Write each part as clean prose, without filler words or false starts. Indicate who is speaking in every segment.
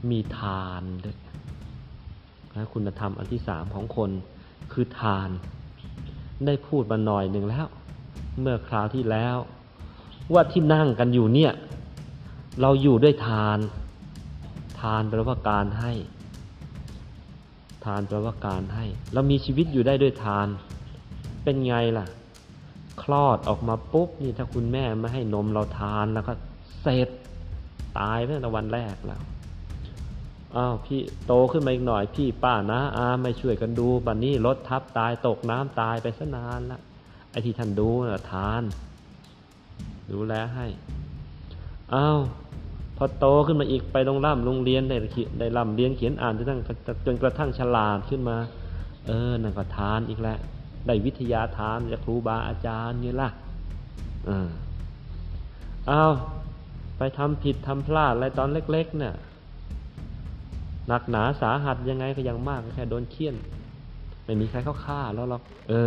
Speaker 1: มีทานด้วยนะคุณธรรมอันที่3ของคนคือทานได้พูดมาหน่อยหนึ่งแล้วเมื่อคราวที่แล้วว่าที่นั่งกันอยู่เนี่ยเราอยู่ด้วยทานทานแปลว่าการให้ทานแปลว่าการให้เรามีชีวิตอยู่ได้ด้วยทานเป็นไงล่ะคลอดออกมาปุ๊บนี่ถ้าคุณแม่ไม่ให้นมเราทานแล้วก็เสร็จตายไปตั้งแต่วันแรกแล้วอ้าวพี่โตขึ้นมาอีกหน่อยพี่ป้านะอาไม่ช่วยกันดูบัดนี้รถทับตายตกน้ำตายไปซะนานละไอ้ที่ท่านดูน่ะทานดูแลให้อ้าวพอโตขึ้นมาอีกไปโรงเรียนได้ร่ำเรียนเขียนอ่านจนกระทั่งฉลาดขึ้นมานั่นก็ทานอีกแล้วได้วิทยาทานจากครูบาอาจารย์นี่ล่ะอ้าวไปทำผิดทำพลาดอะไรตอนเล็กๆเนี่ยหนักหนาสาหัสยังไงก็ยังมากแค่โดนเฆี่ยนไม่มีใครเขาฆ่าแล้วหรอก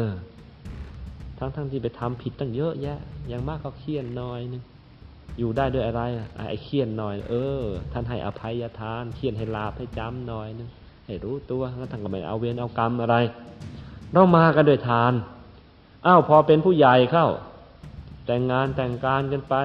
Speaker 1: ทั้งที่ไปทำผิดตั้งเยอะแยะยังมากเขาเฆี่ยนหน่อยนึงอยู่ได้ด้วยอะไรไอ้เฆี่ยนหน่อยท่านให้อภัยทานเฆี่ยนให้ลาภให้จำหน่อยนึงให้รู้ตัวแล้วท่านก็ไม่เอาเวรเอากรรมอะไรเรามากันด้วยทานพอเป็นผู้ใหญ่เข้าแต่งงานแต่งการกันไป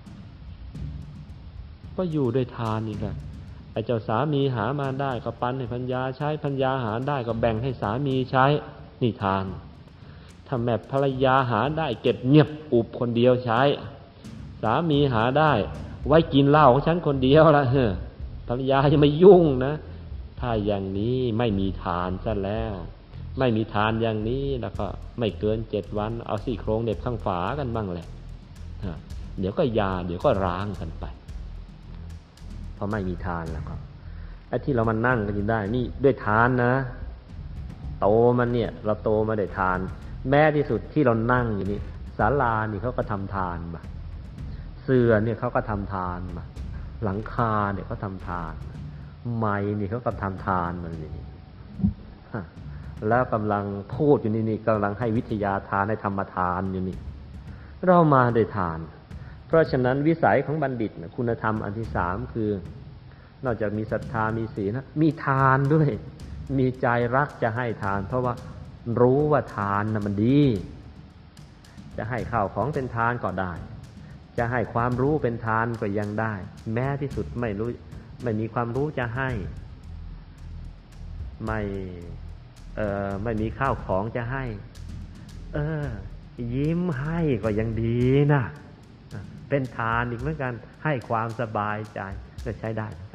Speaker 1: ก็อยู่ด้วยทานอีกแล้วไอ้เจ้าสามีหามาได้ก็ปันให้ภรรยาใช้ภรรยาหาได้ก็แบ่งให้สามีใช้นี่ทานถ้าแม่ภรรยาหาได้เก็บเงียบอุบคนเดียวใช้สามีหาได้ไว้กินเหล้าของฉันคนเดียวละภรรยาจะไม่ยุ่งนะถ้าอย่างนี้ไม่มีทานซะแล้วไม่มีทานอย่างนี้แล้วก็ไม่เกิน7 วันเอาซี่โครงเหน็บข้างฝากันบ้างแหละเดี๋ยวก็ยาเดี๋ยวก็ร้างกันไปเพราะไม่มีทานแล้วก็ไอ้ที่เรามานั่งกันอยู่ได้นี่ด้วยทานนะโตมันเนี่ยเราโตมาด้วยทานแม้ที่สุดที่เรานั่งอยู่นี่ศาลานี่เขาก็ทำทานมาเสื่อเนี่ยเขาก็ทำทานมาหลังคาเนี่ยเขาทำทานไม้นี่เขาก็ทำทานมานี่แล้วกำลังพูดอยู่นี่กำลังให้วิทยาทานให้ธรรมทานอยู่นี่เรามาด้วยทานเพราะฉะนั้นวิสัยของบัณฑิตคุณธรรมอันที่3คือนอกจากมีศรัทธามีศีลนะมีทานด้วยมีใจรักจะให้ทานเพราะว่ารู้ว่าทานน่ะมันดีจะให้ข้าวของเป็นทานก็ได้จะให้ความรู้เป็นทานก็ยังได้แม้ที่สุดไม่มีความรู้จะให้ไม่มีข้าวของจะให้ยิ้มให้ก็ยังดีนะเป็นทานอีกเหมือนกันให้ความสบายใจก็ใช้ได้